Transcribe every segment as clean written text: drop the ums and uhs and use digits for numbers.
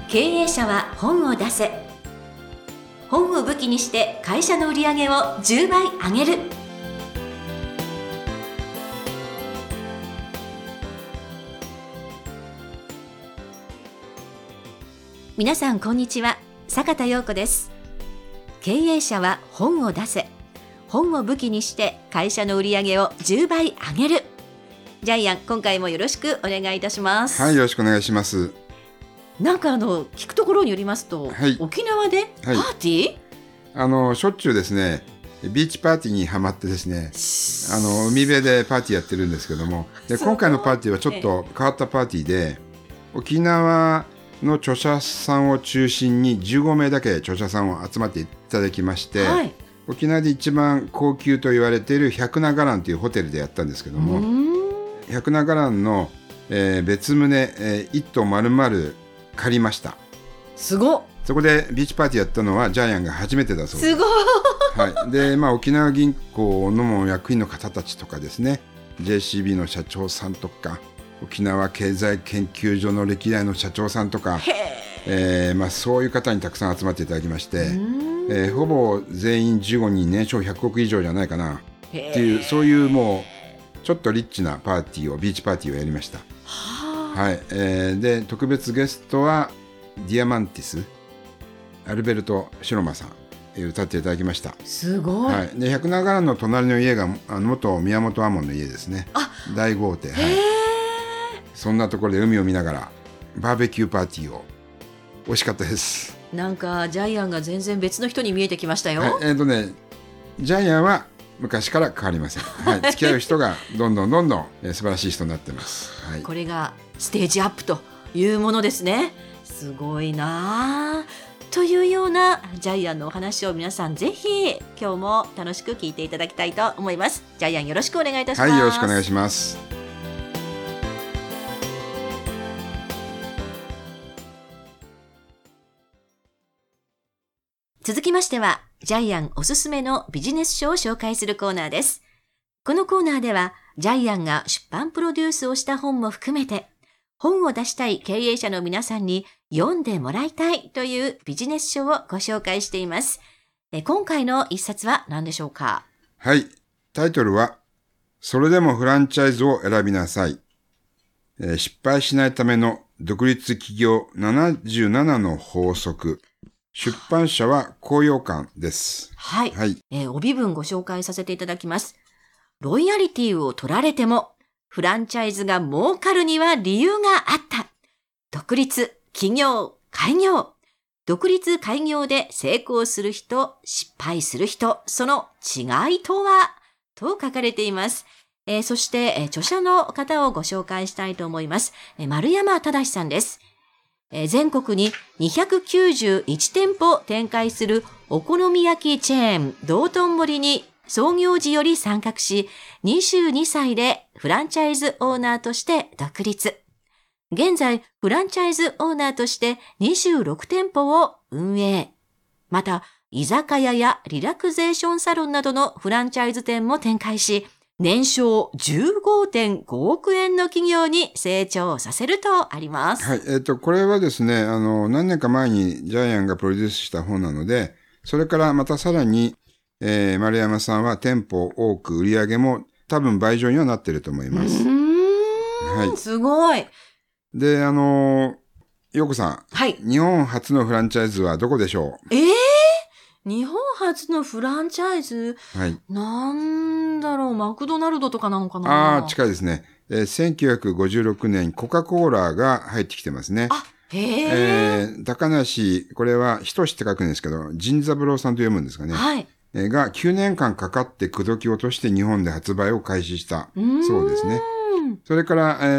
経営者は本を出せ。本を武器にして会社の売り上げを10倍上げる。皆さんこんにちは、坂田陽子です。経営者は本を出せ。本を武器にして会社の売り上げを10倍上げる。ジャイアン、今回もよろしくお願いいたします。 はい、よろしくお願いします。 なんか聞くところによりますと、 はい、 沖縄でパーティー、 しょっちゅうですね、ビーチパーティーにハマってですね、海辺でパーティーやってるんですけども、で今回のパーティーはちょっと変わったパーティーで、沖縄の著者さんを中心に15名だけ著者さんを集まっていただきまして、はい、沖縄で一番高級と言われている百名伽藍というホテルでやったんですけども、百名伽藍の、別棟、1棟丸々借りました。 すごっ。 そこでビーチパーティーやったのはジャイアンが初めてだそうです。 すごい、 はい。で、沖縄銀行の役員の方たちとかですね、 JCB の社長さんとか、沖縄経済研究所の歴代の社長さんとか、そういう方にたくさん集まっていただきまして、ほぼ全員15人、年商100億以上じゃないかなっていう、そういうもうちょっとリッチなパーティーを、ビーチパーティーをやりました。はい。で特別ゲストはディアマンティス、アルベルト・シロマさん歌っていただきました。 すごい。 はい、で百名伽藍の隣の家が元宮本亞門の家ですね。大豪邸。はい、そんなところで海を見ながらバーベキューパーティーを。美味しかったです。なんかジャイアンが全然別の人に見えてきましたよ。 はい、ジャイアンは昔から変わりません。はい、付き合う人がどんどん素晴らしい人になってます。はい、 これがステージアップというものですね。すごいなというようなジャイアンのお話を皆さんぜひ今日も楽しく聞いていただきたいと思います。ジャイアン、よろしくお願いいたします。 はい、よろしくお願いします。 続きましては、ジャイアンおすすめのビジネス書を紹介するコーナーです。このコーナーでは、ジャイアンが出版プロデュースをした本も含めて、本を出したい経営者の皆さんに読んでもらいたいというビジネス書をご紹介しています。今回の一冊は何でしょうか？ はい。タイトルは、それでもフランチャイズを選びなさい。失敗しないための独立企業77の法則。出版社は高揚館です。 はい。はい。帯文ご紹介させていただきます。ロイヤリティを取られても、フランチャイズが儲かるには理由があった。独立、起業、開業。独立開業で成功する人、失敗する人、その違いとはと書かれています。そして、著者の方をご紹介したいと思います。丸山忠さんです。全国に291店舗展開するお好み焼きチェーン道頓堀に創業時より参画し、22歳でフランチャイズオーナーとして独立。現在、フランチャイズオーナーとして26店舗を運営。また、居酒屋やリラクゼーションサロンなどのフランチャイズ店も展開し、年商 15.5 億円の企業に成長させるとあります。 はい。これはですね、何年か前にジャイアンがプロデュースした本なので、それからまたさらに、丸山さんは店舗多く売り上げも多分倍以上にはなっていると思います。 はい。すごい。 で、陽子さん。 はい。 日本初のフランチャイズはどこでしょう？ 日本初のフランチャイズ、 はい。 なんだろう、マクドナルドとかなのかな？ 近いですね。1956年コカ・コーラが入ってきてますね。高梨、これは仁って書くんですけど、仁三郎さんと読むんですかね。はい。が9年間かかって口説き落として日本で発売を開始したそうですね。それから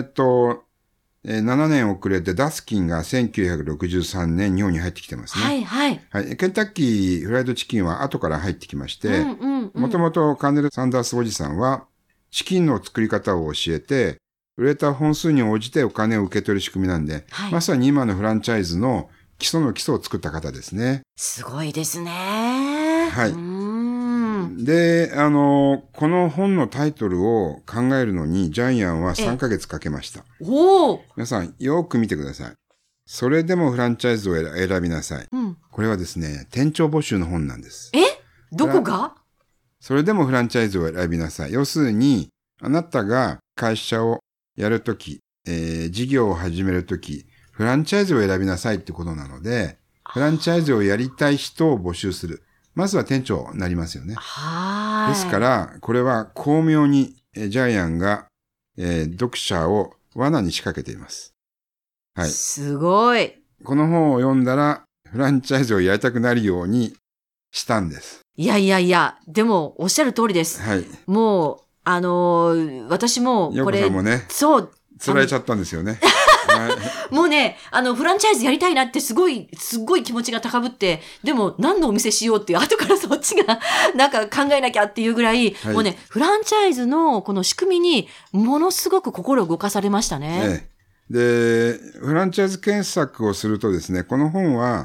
、7年遅れてダスキンが1963年日本に入ってきてますね。 はいはい。 はい。ケンタッキーフライドチキンは後から入ってきまして、もともとカーネル・サンダースおじさんはチキンの作り方を教えて、売れた本数に応じてお金を受け取る仕組みなんで、はい、まさに今のフランチャイズの基礎の基礎を作った方ですね。 すごいですね。 はい。で、この本のタイトルを考えるのにジャイアンは3ヶ月かけました。 おお。 皆さんよく見てください。 それでもフランチャイズを選びなさい。 うん。 これはですね、店長募集の本なんです。 どこが？ それでもフランチャイズを選びなさい。要するに、あなたが会社をやるとき、事業を始めるとき、フランチャイズを選びなさいってことなので、フランチャイズをやりたい人を募集する。まずは店長になりますよね。ですから、これは巧妙にジャイアンが、読者を罠に仕掛けています。はい。 すごい。 この本を読んだら、フランチャイズをやりたくなるようにしたんです。 いや、でもおっしゃる通りです。 はい。 もう、私もこれ、 ヨコさんもね、 そう。 釣られちゃったんですよね。 はい、もうね、フランチャイズやりたいなってすごい気持ちが高ぶって、でも何のお店しようっていう、後からそっちがなんか考えなきゃっていうぐらい、はい、もうね、フランチャイズのこの仕組みにものすごく心を動かされましたね。 で、フランチャイズ検索をするとですね、この本は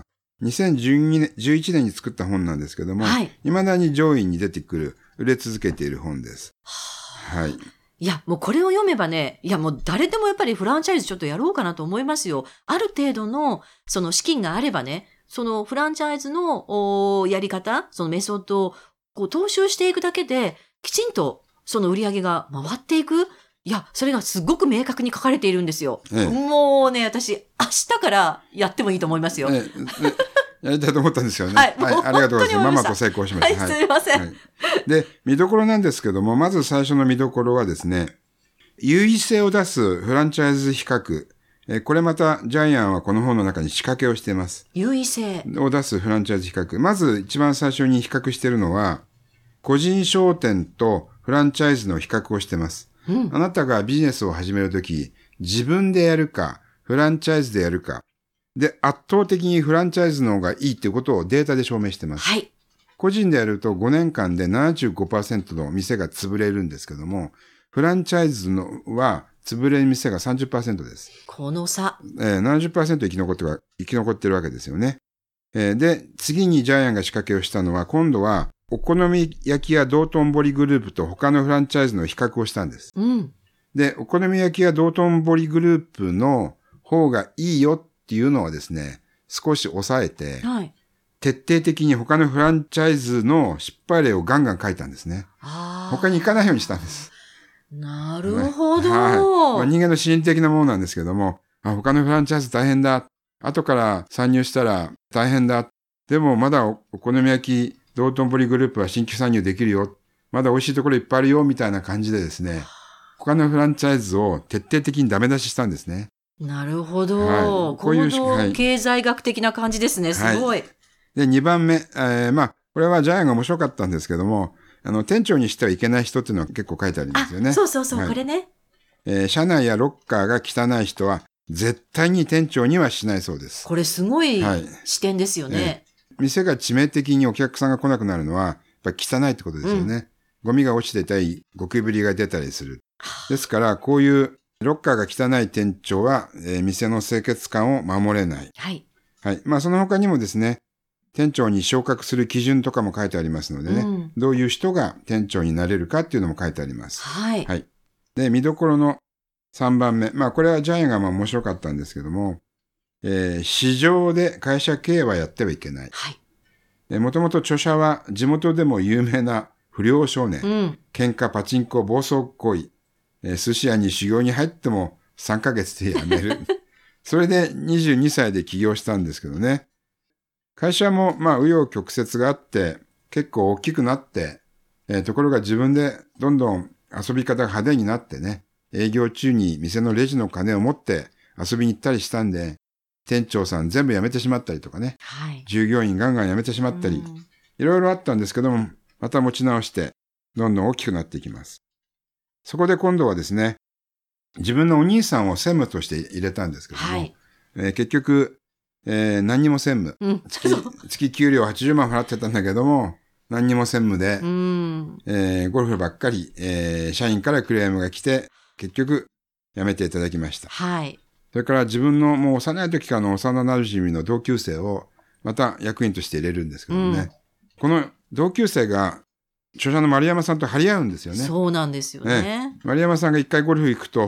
2011年に作った本なんですけども、はい、未だに上位に出てくる、売れ続けている本です。はい。 いや、もうこれを読めばね、いやもう誰でもやっぱりフランチャイズちょっとやろうかなと思いますよ。ある程度のその資金があればね、そのフランチャイズのやり方、そのメソッドをこう踏襲していくだけで、きちんとその売り上げが回っていく。いや、それがすごく明確に書かれているんですよ。もうね、私、明日からやってもいいと思いますよ。 やりたいと思ったんですよね。 はい、 ありがとうございます。ママと成功しました。 はい、すいません、 はい。で、見どころなんですけども、まず最初の見どころはですね、優位性を出すフランチャイズ比較。これまたジャイアンはこの本の中に仕掛けをしています。 優位性を出すフランチャイズ比較。まず一番最初に比較しているのは、個人商店とフランチャイズの比較をしています。あなたがビジネスを始めるとき、自分でやるか、フランチャイズでやるか。で、圧倒的にフランチャイズの方がいいっていうことをデータで証明しています。 はい。 個人でやると5年間で 75% の店が潰れるんですけども、フランチャイズのは潰れる店が 30% です。 この差。 70% 生き残ってるわけですよね。で、次にジャイアンが仕掛けをしたのは、今度はお好み焼きや道頓堀グループと他のフランチャイズの比較をしたんです。で、お好み焼きや道頓堀グループの方がいいよっていうのはですね、少し抑えて、はい、徹底的に他のフランチャイズの失敗例をガンガン書いたんですね。他に行かないようにしたんです。 なるほど。 はい。人間の心理的なものなんですけども、他のフランチャイズ大変だ。後から参入したら大変だ。でもまだお好み焼き、道頓堀グループは新規参入できるよ。まだ美味しいところいっぱいあるよ。みたいな感じでですね、他のフランチャイズを徹底的にダメ出ししたんですね。 なるほど。はい、こういう経済学的な感じですね。すごい。はい、 で、2番目。これはジャイアンが面白かったんですけども、店長にしてはいけない人っていうのは結構書いてありますよね。 そう、はい、これね。 社内やロッカーが汚い人は絶対に店長にはしないそうです。 これすごい視点ですよね。 店が致命的にお客さんが来なくなるのは、やっぱ汚いってことですよね。ゴミが落ちてたり、ゴキブリが出たりする。ですから、こういうロッカーが汚い店長は、店の清潔感を守れない。 はい。 はい。その他にもですね、店長に昇格する基準とかも書いてありますのでね、どういう人が店長になれるかっていうのも書いてあります。 はい。 はい。で、見どころの3番目。これはジャイアンが面白かったんですけども、市場で会社経営はやってはいけない。 はい。 もともと著者は地元でも有名な不良少年、喧嘩、パチンコ、暴走行為、寿司屋に修行に入っても3ヶ月で辞める。それで22歳で起業したんですけどね。会社も紆余曲折があって結構大きくなって、ところが自分でどんどん遊び方が派手になってね、営業中に店のレジの金を持って遊びに行ったりしたんで、店長さん全部辞めてしまったりとかね、 はい、 従業員ガンガン辞めてしまったり、いろいろあったんですけども、また持ち直してどんどん大きくなっていきます。そこで今度はですね、自分のお兄さんを専務として入れたんですけども、はい、結局、何にも専務、月給料80万払ってたんだけども、何にも専務で、ゴルフばっかり、社員からクレームが来て、結局辞めていただきました。 はい。 それから自分のもう幼い時からの幼馴染の同級生をまた役員として入れるんですけどね。この同級生が著者の丸山さんと張り合うんですよね。 そうなんですよね。 丸山さんが一回ゴルフ行くと、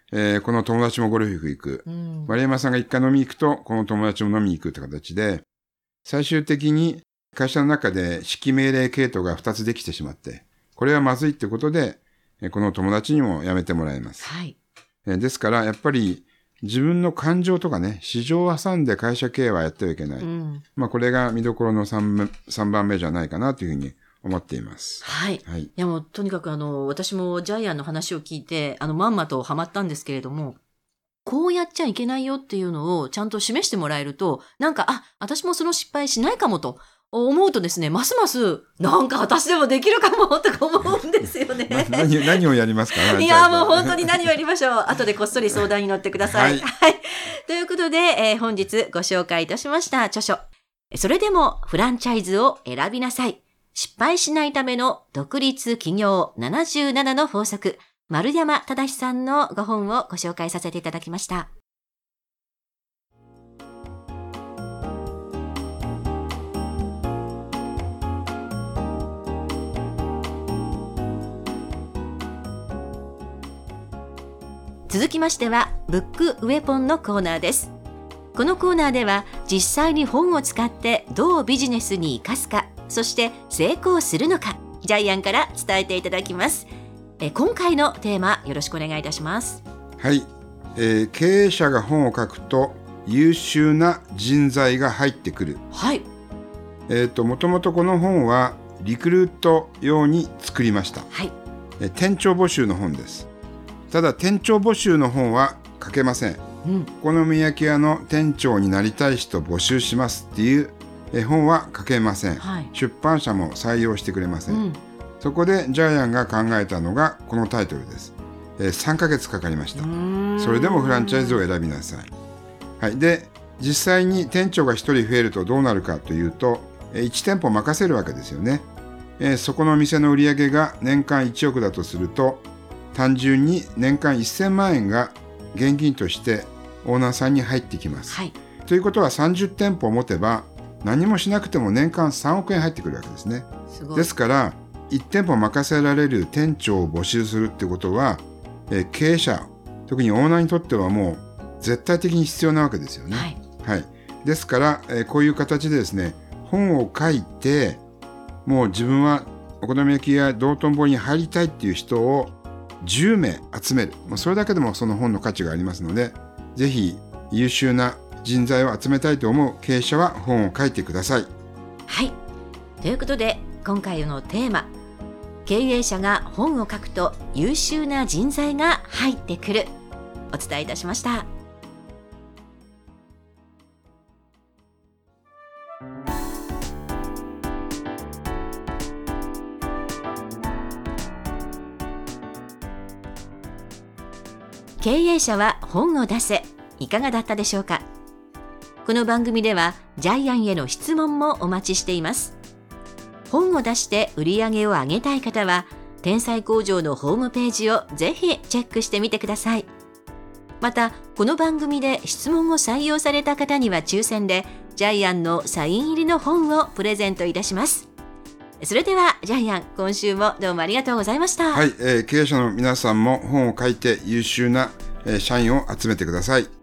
この友達もゴルフ行く。丸山さんが一回飲みに行くと、この友達も飲みに行くって形で、最終的に会社の中で指揮命令系統が2つできてしまって、これはまずいってことで、この友達にも辞めてもらいます。 はい。 ですから、やっぱり自分の感情とかね、市場を挟んで会社経営はやってはいけない。これが見どころの3番目じゃないかなというふうに思っています。 はい。いやもうとにかく私もジャイアンの話を聞いて、まんまとハマったんですけれども、こうやっちゃいけないよっていうのをちゃんと示してもらえると、私もその失敗しないかもと思うとですね、ますます私でもできるかもとか思うんですよね。 何をやりますか？ いやもう本当に何をやりましょう。後でこっそり相談に乗ってください。はい。ということで、本日ご紹介いたしました著書。それでもフランチャイズを選びなさい。失敗しないための独立起業77の法則。丸山忠さんのご本をご紹介させていただきました。続きましては、ブックウェポンのコーナーです。このコーナーでは、実際に本を使ってどうビジネスに生かすか、そして成功するのか、ジャイアンから伝えていただきます。今回のテーマ、よろしくお願いいたします。 はい。経営者が本を書くと優秀な人材が入ってくる。 はい。 もともとこの本はリクルート用に作りました。 はい。 店長募集の本です。ただ店長募集の本は書けません。お好み焼き屋の店長になりたい人募集しますっていう本は書けません。 はい、 出版社も採用してくれません。そこでジャイアンが考えたのがこのタイトルです。3ヶ月かかりました。それでもフランチャイズを選びなさい。はい。で、実際に店長が1人増えるとどうなるかというと、1店舗任せるわけですよね。そこの店の売り上げが年間1億だとすると、単純に年間1000万円が現金としてオーナーさんに入ってきます。 はい、 ということは30店舗持てば何もしなくても年間3億円入ってくるわけですね。ですから1店舗任せられる店長を募集するってことは、経営者、特にオーナーにとってはもう絶対的に必要なわけですよね。はい。ですから、こういう形でですね、本を書いて、もう自分はお好み焼きや道頓堀に入りたいっていう人を10名集める。それだけでもその本の価値がありますので、ぜひ優秀な人材を集めたいと思う経営者は本を書いてください。 はい。ということで、今回のテーマ、経営者が本を書くと優秀な人材が入ってくる。お伝えいたしました。経営者は本を出せ。いかがだったでしょうか。この番組ではジャイアンへの質問もお待ちしています。本を出して売り上げを上げたい方は、天才工場のホームページをぜひチェックしてみてください。また、この番組で質問を採用された方には抽選で、ジャイアンのサイン入りの本をプレゼントいたします。それでは、ジャイアン、今週もどうもありがとうございました。 はい、経営者の皆さんも本を書いて優秀な社員を集めてください。